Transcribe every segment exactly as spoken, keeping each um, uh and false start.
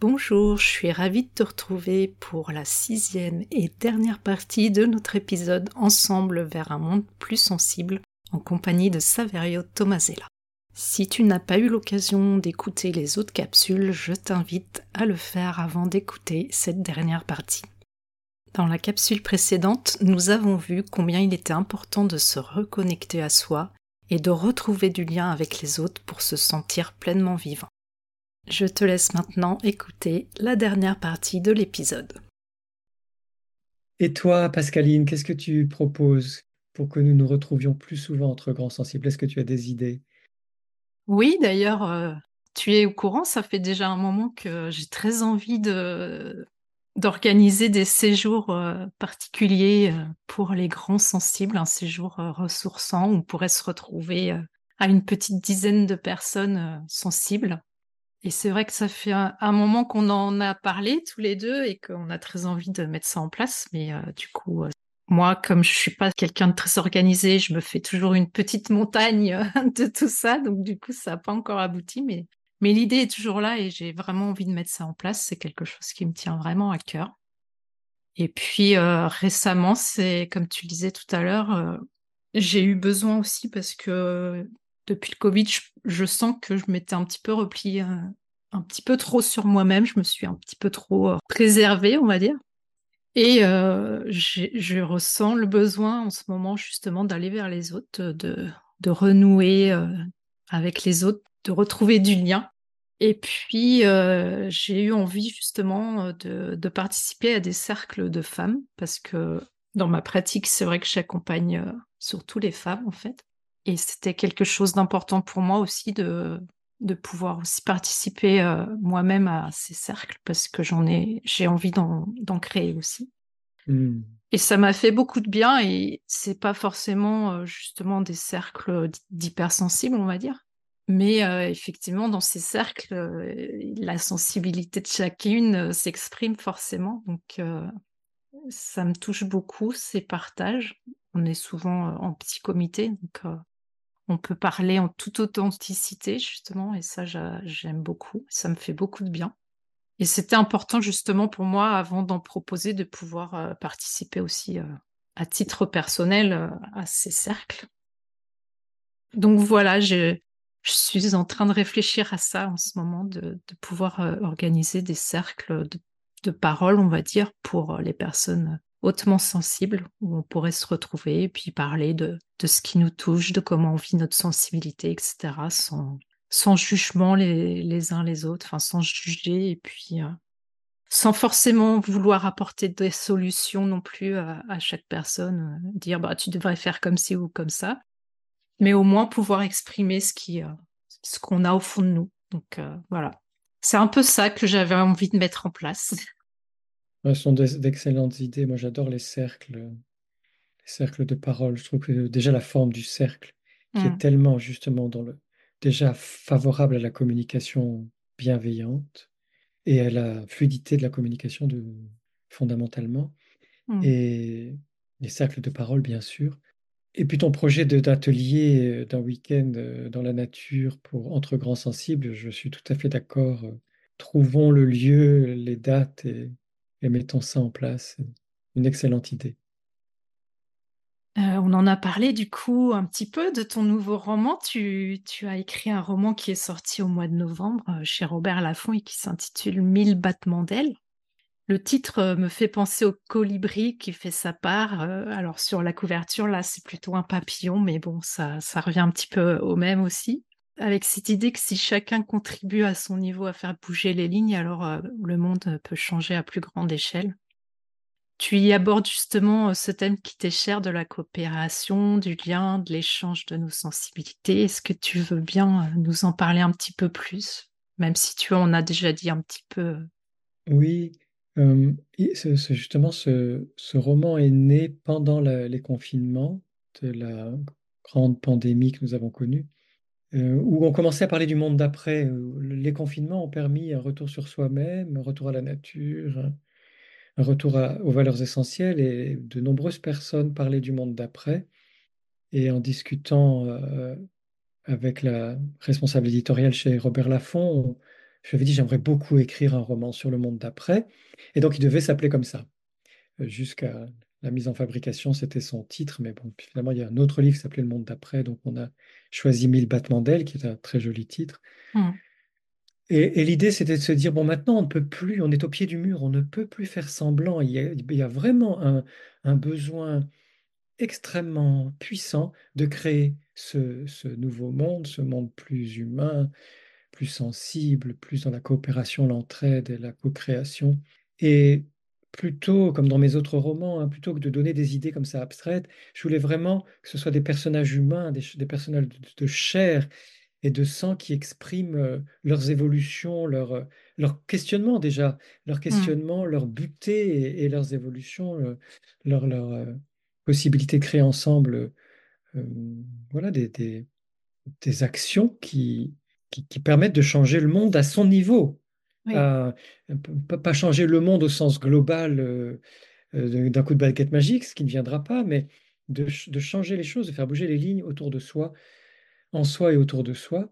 Bonjour, je suis ravie de te retrouver pour la sixième et dernière partie de notre épisode Ensemble vers un monde plus sensible en compagnie de Saverio Tomasella. Si tu n'as pas eu l'occasion d'écouter les autres capsules, je t'invite à le faire avant d'écouter cette dernière partie. Dans la capsule précédente, nous avons vu combien il était important de se reconnecter à soi et de retrouver du lien avec les autres pour se sentir pleinement vivant. Je te laisse maintenant écouter la dernière partie de l'épisode. Et toi, Pascaline, qu'est-ce que tu proposes pour que nous nous retrouvions plus souvent entre grands sensibles? Est-ce que tu as des idées? Oui, d'ailleurs, euh, tu es au courant, ça fait déjà un moment que j'ai très envie de d'organiser des séjours euh, particuliers euh, pour les grands sensibles, un séjour euh, ressourçant où on pourrait se retrouver euh, à une petite dizaine de personnes euh, sensibles. Et c'est vrai que ça fait un, un moment qu'on en a parlé tous les deux et qu'on a très envie de mettre ça en place. Mais euh, du coup, euh, moi, comme je suis pas quelqu'un de très organisé, je me fais toujours une petite montagne euh, de tout ça. Donc du coup, ça n'a pas encore abouti. Mais, mais l'idée est toujours là et j'ai vraiment envie de mettre ça en place. C'est quelque chose qui me tient vraiment à cœur. Et puis euh, récemment, c'est comme tu le disais tout à l'heure, euh, j'ai eu besoin aussi parce que depuis le Covid, je, je sens que je m'étais un petit peu repliée euh, un petit peu trop sur moi-même. Je me suis un petit peu trop euh, préservée, on va dire. Et euh, j'ai- je ressens le besoin en ce moment justement d'aller vers les autres, de, de renouer euh, avec les autres, de retrouver du lien. Et puis, euh, j'ai eu envie justement euh, de, de participer à des cercles de femmes parce que dans ma pratique, c'est vrai que j'accompagne euh, surtout les femmes en fait. Et c'était quelque chose d'important pour moi aussi de, de pouvoir aussi participer euh, moi-même à ces cercles parce que j'en ai, j'ai envie d'en, d'en créer aussi. Hmm. Et ça m'a fait beaucoup de bien et c'est pas forcément euh, justement des cercles d'hypersensibles, on va dire. Mais euh, effectivement, dans ces cercles, euh, la sensibilité de chacune euh, s'exprime forcément. Donc, euh, ça me touche beaucoup, ces partages. On est souvent euh, en petit comité, donc euh, on peut parler en toute authenticité, justement, et ça, j'a- j'aime beaucoup. Ça me fait beaucoup de bien. Et c'était important justement pour moi, avant d'en proposer, de pouvoir euh, participer aussi euh, à titre personnel euh, à ces cercles. Donc voilà, je, je suis en train de réfléchir à ça en ce moment, de, de pouvoir euh, organiser des cercles de, de parole, on va dire, pour euh, les personnes hautement sensibles, où on pourrait se retrouver et puis parler de, de ce qui nous touche, de comment on vit notre sensibilité, et cetera, sans, sans jugement les, les uns les autres, enfin sans juger et puis euh, sans forcément vouloir apporter des solutions non plus à, à chaque personne, euh, dire bah tu devrais faire comme ci ou comme ça, mais au moins pouvoir exprimer ce qui, euh, ce qu'on a au fond de nous. Donc euh, voilà, c'est un peu ça que j'avais envie de mettre en place. Ce sont des- d'excellentes idées. Moi, j'adore les cercles, les cercles de parole. Je trouve que déjà la forme du cercle, qui est Mm, tellement justement dans le, déjà favorable à la communication bienveillante et à la fluidité de la communication de, fondamentalement. mm. Et les cercles de parole, bien sûr. Et puis ton projet de- d'atelier euh, d'un week-end euh, dans la nature pour entre grands sensibles, je suis tout à fait d'accord. euh, Trouvons le lieu, les dates et, et mettons ça en place. Une excellente idée. Euh, on en a parlé du coup un petit peu de ton nouveau roman. Tu, tu as écrit un roman qui est sorti au mois de novembre euh, chez Robert Laffont et qui s'intitule Mille battements d'ailes. Le titre euh, me fait penser au colibri qui fait sa part. Euh, alors sur la couverture, là, c'est plutôt un papillon, mais bon, ça, ça revient un petit peu au même aussi. Avec cette idée que si chacun contribue à son niveau à faire bouger les lignes, alors euh, le monde peut changer à plus grande échelle. Tu y abordes justement euh, ce thème qui t'est cher de la coopération, du lien, de l'échange de nos sensibilités. Est-ce que tu veux bien euh, nous en parler un petit peu plus, même si tu en as déjà dit un petit peu. euh, Oui, euh, et ce- ce- justement, ce, ce roman est né pendant la- les confinements de la grande pandémie que nous avons connue, euh, où on commençait à parler du monde d'après. où Les confinements ont permis un retour sur soi-même, un retour à la nature, un retour à- aux valeurs essentielles et de nombreuses personnes parlaient du monde d'après. Et en discutant euh, avec la responsable éditoriale chez Robert Laffont, je lui avais dit j'aimerais beaucoup écrire un roman sur le monde d'après. Et donc il devait s'appeler comme ça. Euh, Jusqu'à la mise en fabrication, c'était son titre. Mais bon, puis finalement, il y a un autre livre qui s'appelait Le monde d'après. Donc on a choisi Mille battements d'ailes, qui est un très joli titre. Mm. Et, et l'idée, c'était de se dire, bon, maintenant, on ne peut plus, on est au pied du mur, on ne peut plus faire semblant. Il y a, il y a vraiment un, un besoin extrêmement puissant de créer ce, ce nouveau monde, ce monde plus humain, plus sensible, plus dans la coopération, l'entraide et la co-création. Et plutôt, comme dans mes autres romans, hein, plutôt que de donner des idées comme ça abstraites, je voulais vraiment que ce soit des personnages humains, des, des personnages de, de chair et de sang qui expriment euh, leurs évolutions, leurs euh, leurs questionnements déjà, leurs Mm. questionnements, leurs butées et, et leurs évolutions, euh, leur, leur euh, possibilité de créer ensemble euh, voilà, des, des, des actions qui, qui, qui permettent de changer le monde à son niveau. Oui. À- pas pas changer le monde au sens global euh, euh, d'un coup de baguette magique, ce qui ne viendra pas, mais de, ch- de changer les choses, de faire bouger les lignes autour de soi, en soi et autour de soi.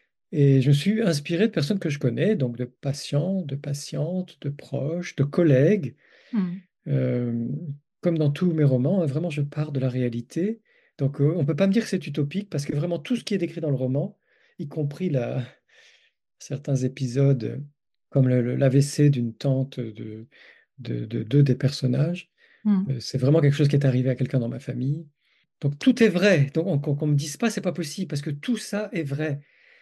Et je me suis inspiré de personnes que je connais, donc de patients, de patientes, de proches, de collègues. Mm. Euh, Comme dans tous mes romans, hein, vraiment, je pars de la réalité. Donc, euh, on ne peut pas me dire que c'est utopique parce que vraiment tout ce qui est décrit dans le roman, y compris la, certains épisodes euh, comme le- le- l'A V C d'une tante de, de, de deux des personnages, Mm. euh, c'est vraiment quelque chose qui est arrivé à quelqu'un dans ma famille. Donc, tout est vrai. Donc, on- qu'on qu'on me dise pas, c'est pas possible parce que tout ça est vrai.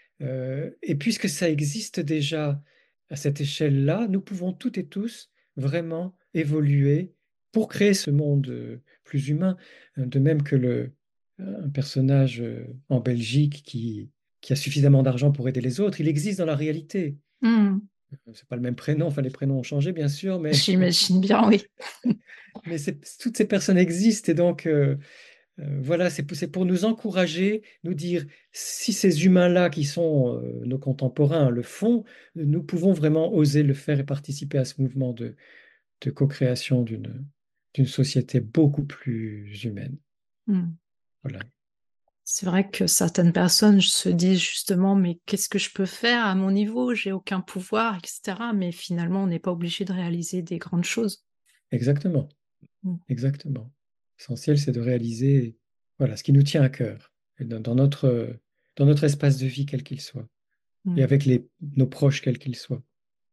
Euh, et puisque ça existe déjà à cette échelle-là, nous pouvons toutes et tous vraiment évoluer pour créer ce monde euh, plus humain. Euh, De même que le, un personnage euh, en Belgique qui, qui a suffisamment d'argent pour aider les autres, il existe dans la réalité. Mm. Euh, C'est pas le même prénom, enfin les prénoms ont changé bien sûr, mais, J'imagine bien, oui. mais c'est- toutes ces personnes existent et donc euh, Euh, voilà, c'est pour, c'est pour nous encourager, nous dire, si ces humains-là qui sont euh, nos contemporains le font, nous pouvons vraiment oser le faire et participer à ce mouvement de, de co-création d'une, d'une société beaucoup plus humaine. Mm. Voilà, C'est vrai que certaines personnes se disent justement, mais qu'est-ce que je peux faire à mon niveau? J'ai aucun pouvoir, et cetera. Mais finalement, on n'est pas obligé de réaliser des grandes choses. exactement, Mm. exactement. L'essentiel, c'est de réaliser voilà, ce qui nous tient à cœur, et dans, dans notre, dans notre espace de vie, quel qu'il soit, et Mm. avec les, nos proches, quels qu'ils soient.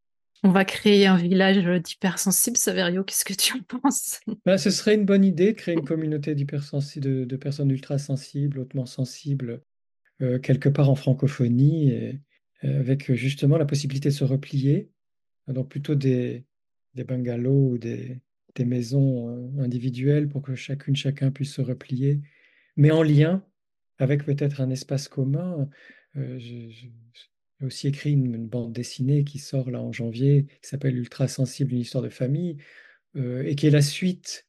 On va créer un village d'hypersensibles, Saverio. Qu'est-ce que tu en penses? Ben, ce serait une bonne idée de créer une communauté d'hypersensi- de, de personnes ultra sensibles, hautement sensibles, euh, quelque part en francophonie, et, euh, avec euh, justement la possibilité de se replier, donc plutôt des, des bungalows ou des, des maisons euh, individuelles pour que chacune, chacun puisse se replier, mais en lien avec peut-être un espace commun. Euh, je- je- j'ai aussi écrit une, une bande dessinée qui sort là en janvier, qui s'appelle Ultra sensible, une histoire de famille, euh, et qui est la suite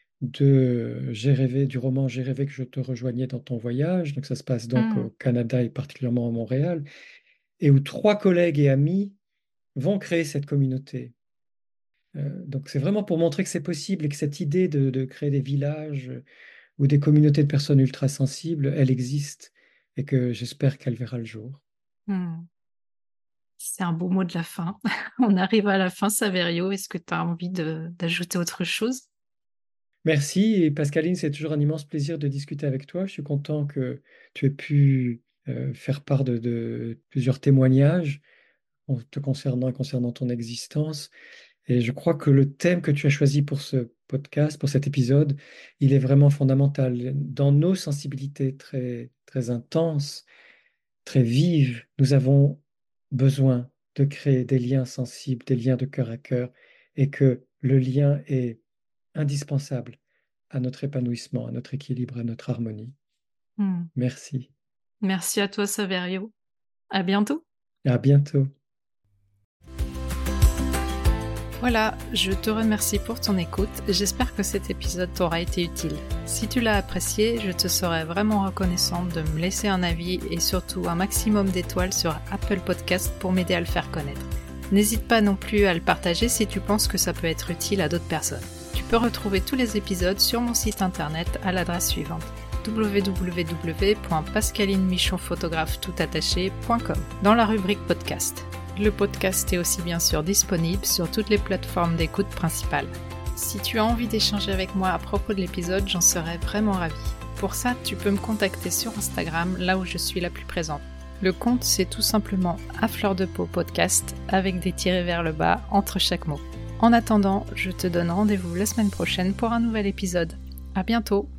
de J'ai rêvé, du roman J'ai rêvé que je te rejoignais dans ton voyage. Donc ça se passe donc Mm. au Canada et particulièrement à Montréal, et où trois collègues et amis vont créer cette communauté. Euh, donc c'est vraiment pour montrer que c'est possible et que cette idée de, de créer des villages euh, ou des communautés de personnes ultra sensibles, elle existe et que j'espère qu'elle verra le jour. Mm. C'est un beau mot de la fin. On arrive à la fin, Saverio. Est-ce que tu as envie de- d'ajouter autre chose? Merci et Pascaline, c'est toujours un immense plaisir de discuter avec toi. Je suis content que tu aies pu euh, faire part de, de plusieurs témoignages en te concernant et concernant ton existence. Et je crois que le thème que tu as choisi pour ce podcast, pour cet épisode, il est vraiment fondamental. Dans nos sensibilités très, très intenses, très vives, nous avons besoin de créer des liens sensibles, des liens de cœur à cœur, et que le lien est indispensable à notre épanouissement, à notre équilibre, à notre harmonie. Mm. Merci. Merci à toi, Saverio. À bientôt. À bientôt. Voilà, je te remercie pour ton écoute. J'espère que cet épisode t'aura été utile. Si tu l'as apprécié, je te serais vraiment reconnaissante de me laisser un avis et surtout un maximum d'étoiles sur Apple Podcast pour m'aider à le faire connaître. N'hésite pas non plus à le partager si tu penses que ça peut être utile à d'autres personnes. Tu peux retrouver tous les épisodes sur mon site internet à l'adresse suivante: w w w point pascaline michon photographe tout attaché point com dans la rubrique podcast. Le podcast est aussi bien sûr disponible sur toutes les plateformes d'écoute principales. Si tu as envie d'échanger avec moi à propos de l'épisode, j'en serais vraiment ravie. Pour ça, tu peux me contacter sur Instagram, là où je suis la plus présente. Le compte, c'est tout simplement à fleur de peau podcast, avec des tirés vers le bas entre chaque mot. En attendant, je te donne rendez-vous la semaine prochaine pour un nouvel épisode. À bientôt!